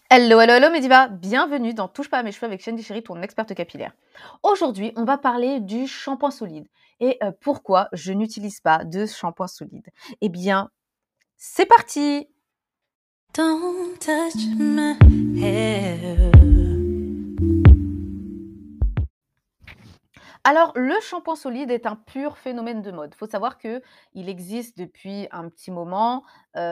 Hello, hello, hello Mediva, bienvenue dans Touche pas à mes cheveux avec Shandy Chéri, ton experte capillaire. Aujourd'hui, on va parler du shampoing solide et pourquoi je n'utilise pas de shampoing solide. Eh bien, c'est parti! Don't touch my hair. Alors, le shampoing solide est un pur phénomène de mode. Il faut savoir qu'il existe depuis un petit moment.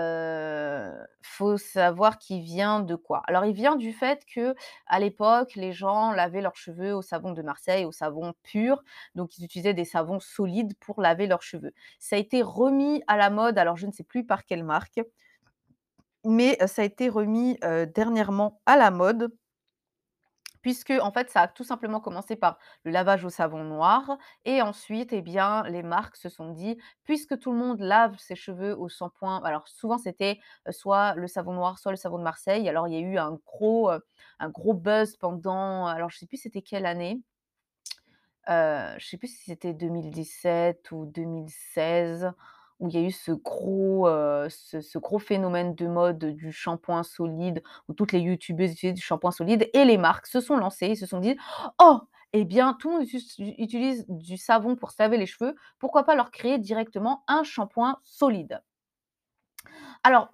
Faut savoir qu'il vient de quoi? Alors, il vient du fait que, à l'époque, les gens lavaient leurs cheveux au savon de Marseille, au savon pur. Donc, ils utilisaient des savons solides pour laver leurs cheveux. Ça a été remis à la mode, alors je ne sais plus par quelle marque, mais ça a été remis dernièrement à la mode puisque en fait, ça a tout simplement commencé par le lavage au savon noir et ensuite, eh bien, les marques se sont dit: «Puisque tout le monde lave ses cheveux au shampoing», alors souvent c'était, soit le savon noir, soit le savon de Marseille. Alors il y a eu un gros buzz pendant, alors je sais plus c'était quelle année, je sais plus si c'était 2017 ou 2016 où il y a eu ce gros phénomène de mode du shampoing solide, où toutes les youtubeuses utilisaient du shampoing solide et les marques se sont lancées et se sont dit: «Oh, eh bien, tout le monde utilise du savon pour se laver les cheveux, pourquoi pas leur créer directement un shampoing solide?» Alors,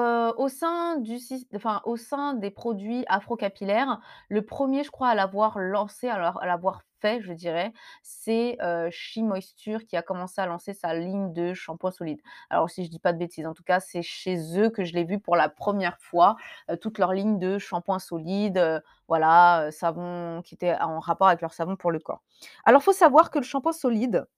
au sein des produits afro-capillaires, le premier, je crois, à l'avoir lancé, alors à l'avoir fait, je dirais, c'est, She Moisture qui a commencé à lancer sa ligne de shampoing solide. Alors si je dis pas de bêtises, en tout cas, c'est chez eux que je l'ai vu pour la première fois, toute leur ligne de shampoing solide, voilà, savon qui était en rapport avec leur savon pour le corps. Alors, faut savoir que le shampoing solide,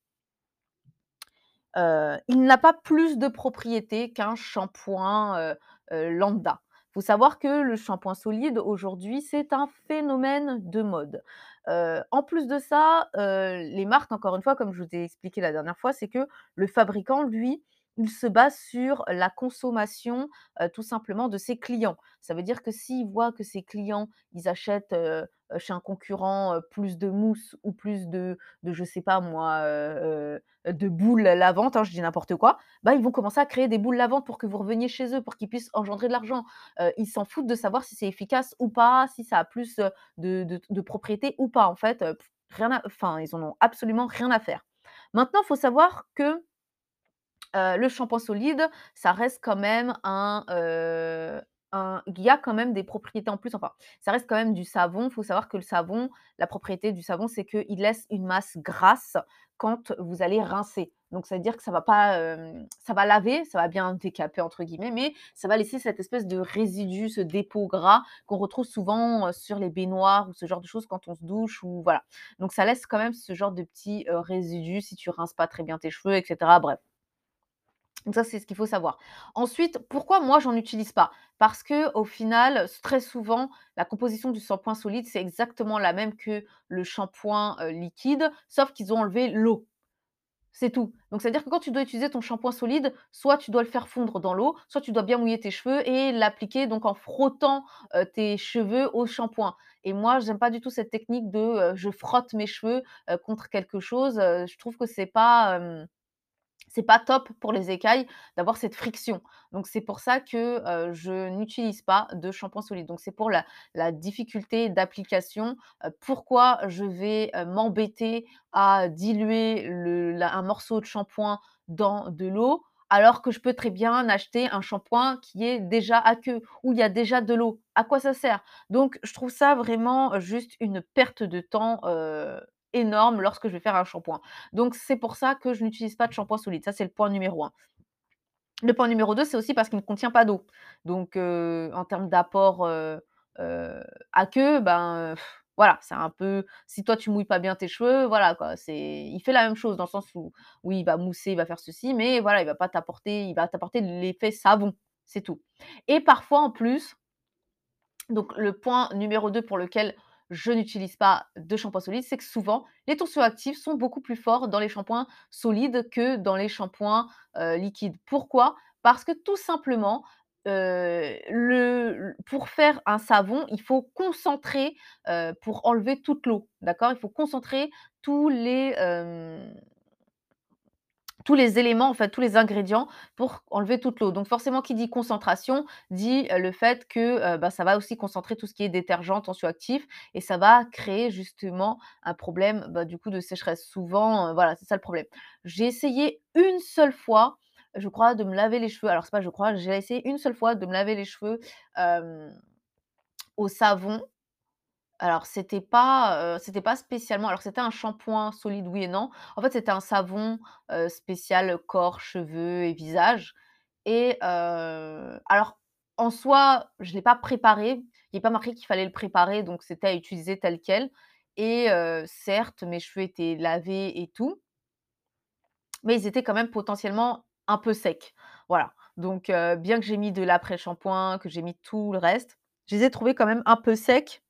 il n'a pas plus de propriétés qu'un shampoing, lambda. Il faut savoir que le shampoing solide aujourd'hui, c'est un phénomène de mode. En plus de ça, les marques, encore une fois, comme je vous ai expliqué la dernière fois, c'est que le fabricant, lui, il se base sur la consommation, tout simplement de ses clients. Ça veut dire que s'il voit que ses clients, ils achètent, chez un concurrent, plus de mousse ou plus de je sais pas moi, de boules lavantes, hein, je dis n'importe quoi, bah, ils vont commencer à créer des boules lavantes pour que vous reveniez chez eux, pour qu'ils puissent engendrer de l'argent. Ils s'en foutent de savoir si c'est efficace ou pas, si ça a plus, de propriétés ou pas. En fait, rien à enfin, ils en ont absolument rien à faire. Maintenant, il faut savoir que, le shampoing solide, ça reste quand même il y a quand même des propriétés en plus, enfin, ça reste quand même du savon. Il faut savoir que le savon, la propriété du savon, c'est qu'il laisse une masse grasse quand vous allez rincer. Donc ça veut dire que ça va pas, ça va laver, ça va bien «décaper» entre guillemets, mais ça va laisser cette espèce de résidu, ce dépôt gras qu'on retrouve souvent, sur les baignoires ou ce genre de choses quand on se douche ou voilà. Donc ça laisse quand même ce genre de petits, résidus si tu rinces pas très bien tes cheveux et cetera, bref. Donc ça, c'est ce qu'il faut savoir. Ensuite, pourquoi moi j'en utilise pas? Parce que au final, très souvent, la composition du shampoing solide, c'est exactement la même que le shampoing, liquide, sauf qu'ils ont enlevé l'eau, c'est tout. Donc c'est-à-dire que quand tu dois utiliser ton shampoing solide, soit tu dois le faire fondre dans l'eau, soit tu dois bien mouiller tes cheveux et l'appliquer donc en frottant, tes cheveux au shampoing. Et moi, j'aime pas du tout cette technique de, je frotte mes cheveux, contre quelque chose, je trouve que c'est pas top pour les écailles d'avoir cette friction. Donc c'est pour ça que, je n'utilise pas de shampoing solide. Donc c'est pour la difficulté d'application, pourquoi je vais, m'embêter à diluer un morceau de shampoing dans de l'eau, alors que je peux très bien acheter un shampoing qui est déjà aqueux, où il y a déjà de l'eau. À quoi ça sert? Donc je trouve ça vraiment, juste une perte de temps, énorme lorsque je vais faire un shampoing. Donc c'est pour ça que je n'utilise pas de shampoing solide. Ça, c'est le point numéro un. Le point numéro 2, c'est aussi parce qu'il ne contient pas d'eau. Donc en termes d'apport, aqueux, ben, voilà, c'est un peu si toi tu mouilles pas bien tes cheveux, voilà quoi, il fait la même chose dans le sens où, oui, il va mousser, il va faire ceci, mais voilà, il va t'apporter l'effet savon, c'est tout. Et parfois en plus, donc le point numéro 2 pour lequel je n'utilise pas de shampoing solide, c'est que souvent, les tensioactifs sont beaucoup plus forts dans les shampoings solides que dans les shampoings, liquides. Pourquoi? Parce que tout simplement, pour faire un savon, il faut concentrer, pour enlever toute l'eau, d'accord? Il faut concentrer tous les, tous les éléments, en fait, tous les ingrédients pour enlever toute l'eau. Donc forcément, qui dit concentration, dit, le fait que, bah, ça va aussi concentrer tout ce qui est détergent, tensioactif et ça va créer justement un problème, bah, du coup, de sécheresse. Souvent, voilà, c'est ça le problème. J'ai essayé une seule fois, je crois, de me laver les cheveux. Alors c'est pas je crois, j'ai essayé une seule fois de me laver les cheveux, hem, au savon. Alors c'était pas spécialement alors c'était un shampoing solide, oui et non. En fait, c'était un savon, spécial corps, cheveux et visage et alors en soi, je l'ai pas préparé. Il est pas marqué qu'il fallait le préparer, donc c'était à utiliser tel quel et certes, mes cheveux étaient lavés et tout, mais ils étaient quand même potentiellement un peu secs. Voilà, donc bien que j'ai mis de l'après-shampoing, que j'ai mis tout le reste, je les ai trouvés quand même un peu secs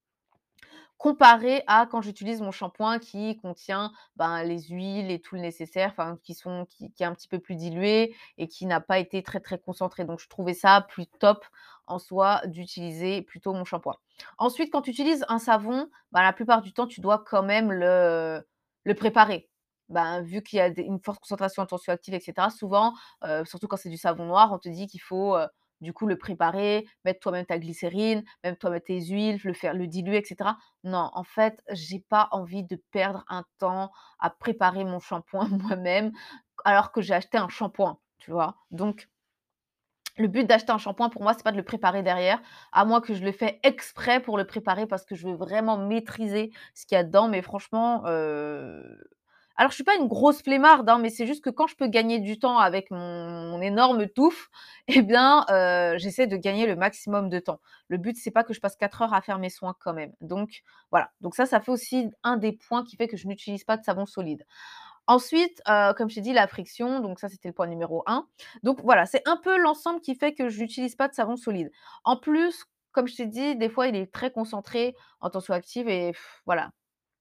comparé à quand j'utilise mon shampoing qui contient, ben, les huiles et tout le nécessaire, enfin qui est un petit peu plus dilué et qui n'a pas été très, très concentré. Donc je trouvais ça plus top en soi d'utiliser plutôt mon shampoing. Ensuite, quand tu utilises un savon, ben, la plupart du temps, tu dois quand même le préparer. Ben, vu qu'il y a une forte concentration en tensioactive et cetera, souvent, surtout quand c'est du savon noir, on te dit qu'il faut, du coup le préparer, mettre toi-même ta glycérine, même toi-même tes huiles, le diluer et cetera. Non, en fait, j'ai pas envie de perdre un temps à préparer mon shampoing moi-même, alors que j'ai acheté un shampoing, tu vois? Donc le but d'acheter un shampoing pour moi, c'est pas de le préparer derrière, à moins que je le fais exprès pour le préparer parce que je veux vraiment maîtriser ce qu'il y a dedans. Mais franchement, alors je suis pas une grosse flemmarde, hein, mais c'est juste que quand je peux gagner du temps avec mon énorme touffe eh bien, j'essaie de gagner le maximum de temps. Le but, c'est pas que je passe 4 heures à faire mes soins quand même. Donc voilà, donc ça fait aussi un des points qui fait que je n'utilise pas de savon solide. Ensuite, comme je t'ai dit, la friction, donc ça, c'était le point numéro un. Donc voilà, c'est un peu l'ensemble qui fait que je n'utilise pas de savon solide. En plus, comme je t'ai dit, des fois, il est très concentré en tensioactive et voilà,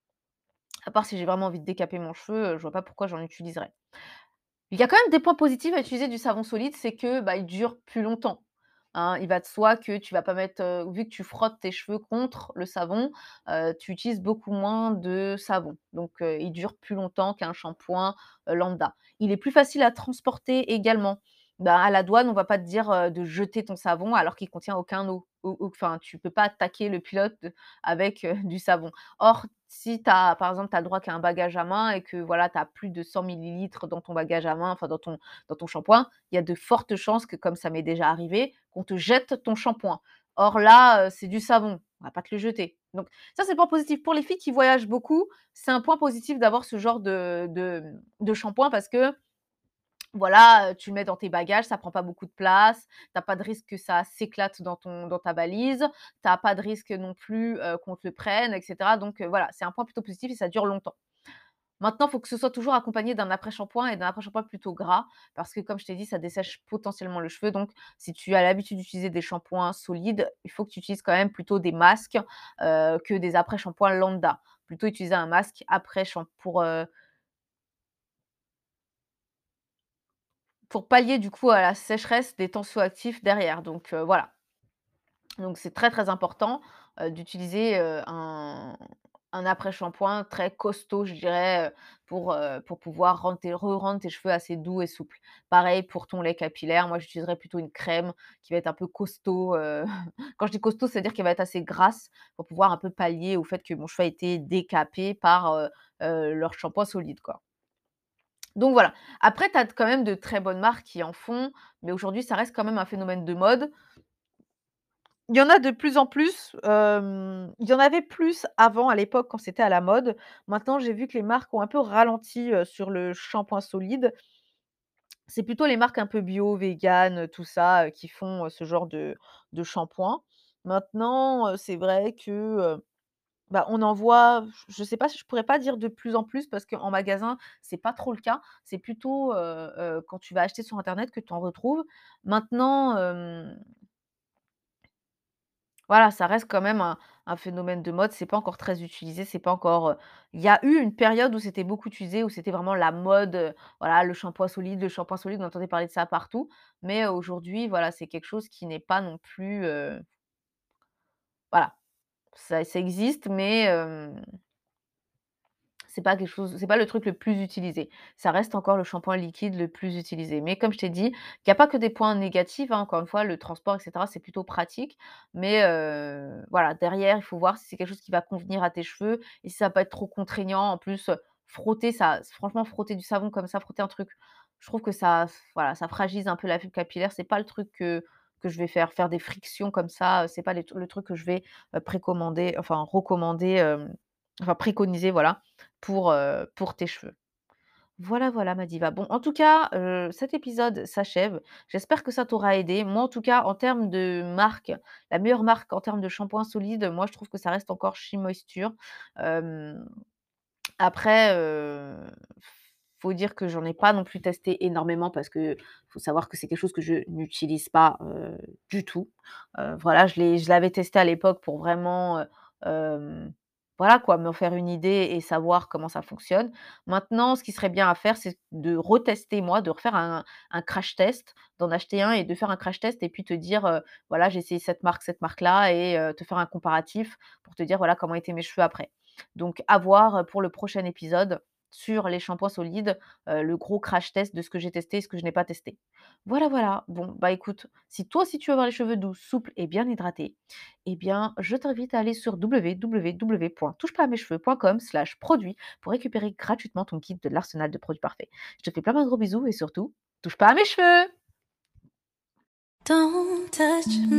à part si j'ai vraiment envie de décaper mon cheveu, je vois pas pourquoi j'en utiliserais. Il y a quand même des points positifs à utiliser du savon solide, c'est que, bah, il dure plus longtemps, hein. Il va de soi que tu vas pas mettre, vu que tu frottes tes cheveux contre le savon, tu utilises beaucoup moins de savon. Donc, il dure plus longtemps qu'un shampoing, lambda. Il est plus facile à transporter également. Bah, à la douane, on va pas te dire, de jeter ton savon alors qu'il contient aucun eau. Ou enfin, tu peux pas attaquer le pilote avec, du savon. Or, si tu as par exemple, tu as le droit qu'à un bagage à main et que voilà, tu as plus de 100 millilitres dans ton bagage à main, enfin dans ton shampoing, il y a de fortes chances que, comme ça m'est déjà arrivé, qu'on te jette ton shampoing. Or là, c'est du savon, on va pas te le jeter. Donc ça, c'est le point positif. Pour les filles qui voyagent beaucoup, c'est un point positif d'avoir ce genre de shampoing parce que voilà, tu le mets dans tes bagages, ça prend pas beaucoup de place, tu as pas de risque que ça s'éclate dans ta valise, tu as pas de risque non plus, qu'on te le prenne et cetera. Donc voilà, c'est un point plutôt positif et ça dure longtemps. Maintenant, il faut que ce soit toujours accompagné d'un après-shampoing et d'un après-shampoing plutôt gras parce que comme je t'ai dit, ça dessèche potentiellement le cheveu. Donc si tu as l'habitude d'utiliser des shampoings solides, il faut que tu utilises quand même plutôt des masques, que des après-shampoings lambda. Plutôt utiliser un masque après champ pour pallier du coup à la sécheresse des tensioactifs derrière. Donc voilà. Donc c'est très, très important, d'utiliser, un après-shampoing très costaud, je dirais, pour pouvoir rendre tes cheveux assez doux et souples. Pareil pour ton lait capillaire, moi j'utiliserais plutôt une crème qui va être un peu costaud, quand je dis costaud, c'est-à-dire qu'elle va être assez grasse pour pouvoir un peu pallier au fait que mon cheveu a été décapé par, leur shampoing solide, quoi. Donc voilà. Après, tu as quand même de très bonnes marques qui en font, mais aujourd'hui, ça reste quand même un phénomène de mode. Il y en a de plus en plus, il y en avait plus avant, à l'époque, quand c'était à la mode. Maintenant, j'ai vu que les marques ont un peu ralenti, sur le shampoing solide. C'est plutôt les marques un peu bio, véganes, tout ça, qui font, ce genre de shampoing. Maintenant, c'est vrai que, bah, on en voit, je sais pas, je pourrais pas dire de plus en plus parce qu'en magasin, c'est pas trop le cas. C'est plutôt, quand tu vas acheter sur internet que tu en retrouves. Maintenant, voilà, ça reste quand même un phénomène de mode, c'est pas encore très utilisé, c'est pas encore, il y a eu une période où c'était beaucoup utilisé, où c'était vraiment la mode, voilà, le shampoing solide, on entendait parler de ça partout. Mais aujourd'hui, voilà, c'est quelque chose qui n'est pas non plus, voilà, ça existe, mais C'est pas le truc le plus utilisé. Ça reste encore le shampoing liquide le plus utilisé. Mais comme je t'ai dit, il y a pas que des points négatifs, hein, encore une fois, le transport et cetera, c'est plutôt pratique. Mais voilà, derrière, il faut voir si c'est quelque chose qui va convenir à tes cheveux et si ça va pas être trop contraignant. En plus, frotter ça franchement, frotter du savon comme ça, frotter un truc, je trouve que ça voilà, ça fragilise un peu la fibre capillaire. C'est pas le truc que je vais faire. Faire des frictions comme ça, c'est pas le truc que je vais, précommander, enfin recommander, enfin préconiser, voilà, pour tes cheveux. Voilà, voilà ma diva. Bon, en tout cas, cet épisode s'achève. J'espère que ça t'aura aidé. Moi, en tout cas, en termes de marque, la meilleure marque en termes de shampoing solide, moi, je trouve que ça reste encore SheMoisture. Hem Après, faut dire que j'en ai pas non plus testé énormément parce que faut savoir que c'est quelque chose que je n'utilise pas, du tout. Voilà, je l'avais testé à l'époque pour vraiment, hem, voilà quoi, me faire une idée et savoir comment ça fonctionne. Maintenant, ce qui serait bien à faire, c'est de retester moi, de refaire un crash test, d'en acheter un et de faire un crash test et puis te dire, voilà, j'ai essayé cette marque-là et te faire un comparatif pour te dire, voilà, comment étaient mes cheveux après. Donc à voir, pour le prochain épisode sur les shampoings solides, le gros crash test de ce que j'ai testé et ce que je n'ai pas testé. Voilà, voilà. Bon, bah, écoute, si toi aussi tu veux avoir les cheveux doux, souples et bien hydratés, eh bien, je t'invite à aller sur www.touchepasamescheveux.com/produits pour récupérer gratuitement ton kit de l'arsenal de produits parfaits. Je te fais plein de gros bisous et surtout, touche pas à mes cheveux! Don't touch